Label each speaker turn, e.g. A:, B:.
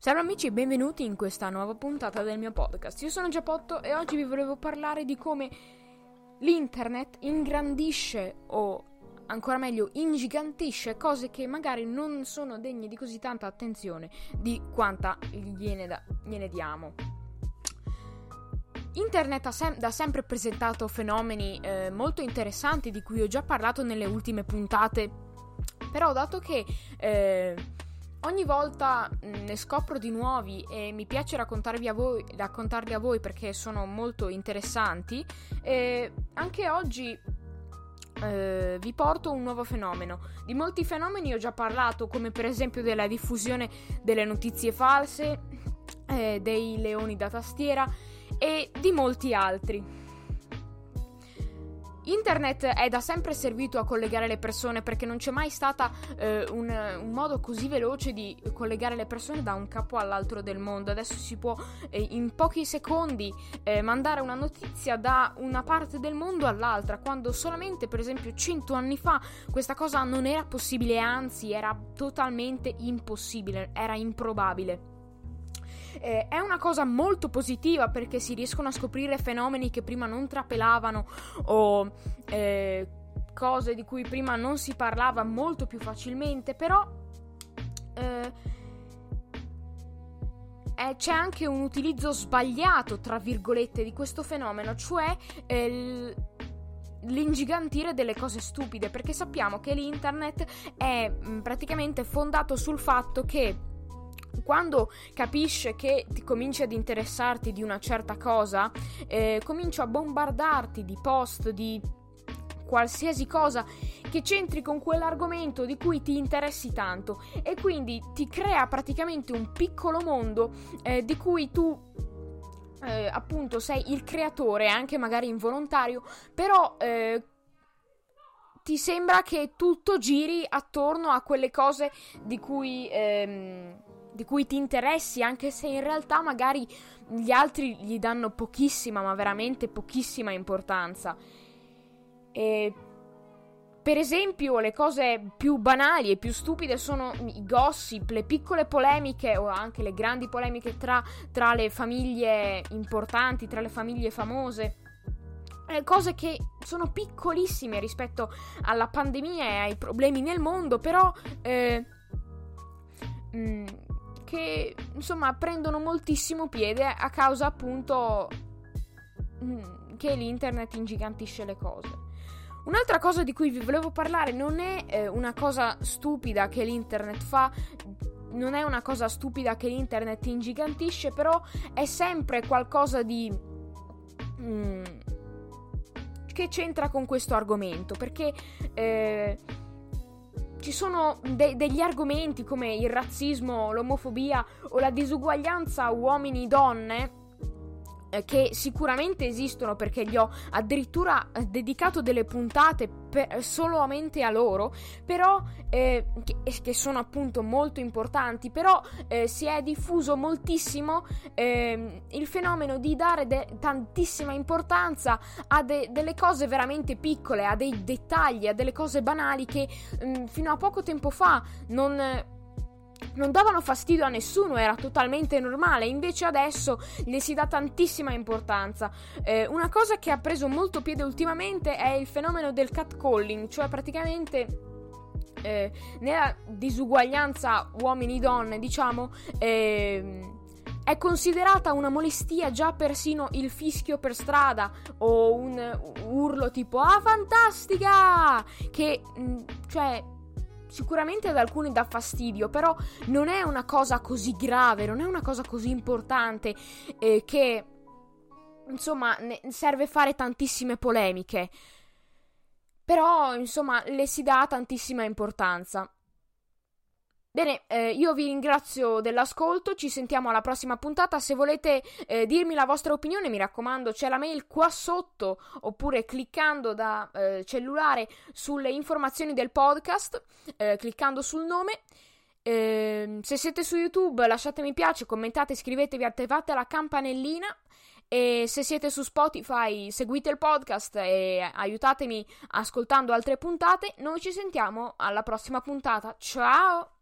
A: Ciao amici e benvenuti in questa nuova puntata del mio podcast. Io sono Giappotto e oggi vi volevo parlare di come l'internet ingrandisce o ancora meglio ingigantisce cose che magari non sono degne di così tanta attenzione di quanta gliene diamo. Internet ha sempre presentato fenomeni molto interessanti di cui ho già parlato nelle ultime puntate, però dato che ogni volta ne scopro di nuovi e mi piace raccontarli a voi perché sono molto interessanti, anche oggi vi porto un nuovo fenomeno. Di molti fenomeni ho già parlato, come per esempio della diffusione delle notizie false, dei leoni da tastiera e di molti altri. Internet è da sempre servito a collegare le persone perché non c'è mai stata un modo così veloce di collegare le persone da un capo all'altro del mondo. Adesso si può in pochi secondi mandare una notizia da una parte del mondo all'altra, quando solamente per esempio 100 anni fa questa cosa non era possibile, anzi era totalmente impossibile, era improbabile. È una cosa molto positiva perché si riescono a scoprire fenomeni che prima non trapelavano o cose di cui prima non si parlava molto più facilmente, però c'è anche un utilizzo sbagliato, tra virgolette, di questo fenomeno, cioè l'ingigantire delle cose stupide, perché sappiamo che l'internet è praticamente fondato sul fatto che quando capisce che ti cominci ad interessarti di una certa cosa, comincia a bombardarti di post, di qualsiasi cosa che c'entri con quell'argomento di cui ti interessi tanto, e quindi ti crea praticamente un piccolo mondo di cui tu appunto sei il creatore, anche magari involontario, però ti sembra che tutto giri attorno a quelle cose di cui ti interessi, anche se in realtà magari gli altri gli danno pochissima, ma veramente pochissima importanza. Per esempio, le cose più banali e più stupide sono i gossip, le piccole polemiche o anche le grandi polemiche tra le famiglie importanti, tra le famiglie famose. Cose che sono piccolissime rispetto alla pandemia e ai problemi nel mondo, però che insomma prendono moltissimo piede a causa appunto che l'internet ingigantisce le cose. Un'altra cosa di cui vi volevo parlare non è una cosa stupida che l'internet fa, non è una cosa stupida che l'internet ingigantisce, però è sempre qualcosa di che c'entra con questo argomento, perché ci sono degli argomenti come il razzismo, l'omofobia o la disuguaglianza uomini-donne che sicuramente esistono, perché gli ho addirittura dedicato delle puntate solamente a loro, però che sono appunto molto importanti, però si è diffuso moltissimo il fenomeno di dare tantissima importanza a delle cose veramente piccole, a dei dettagli, a delle cose banali che fino a poco tempo fa non davano fastidio a nessuno, era totalmente normale, invece adesso le si dà tantissima importanza. Una cosa che ha preso molto piede ultimamente è il fenomeno del catcalling, cioè praticamente nella disuguaglianza uomini-donne, diciamo, è considerata una molestia già persino il fischio per strada o un urlo tipo "ah, fantastica", che cioè sicuramente ad alcuni dà fastidio, però non è una cosa così grave, non è una cosa così importante che insomma serve fare tantissime polemiche, però insomma le si dà tantissima importanza. Bene, io vi ringrazio dell'ascolto, ci sentiamo alla prossima puntata. Se volete dirmi la vostra opinione, mi raccomando, c'è la mail qua sotto, oppure cliccando da cellulare sulle informazioni del podcast, cliccando sul nome. Se siete su YouTube lasciate mi piace, commentate, iscrivetevi, attivate la campanellina. E se siete su Spotify seguite il podcast e aiutatemi ascoltando altre puntate. Noi ci sentiamo alla prossima puntata, ciao!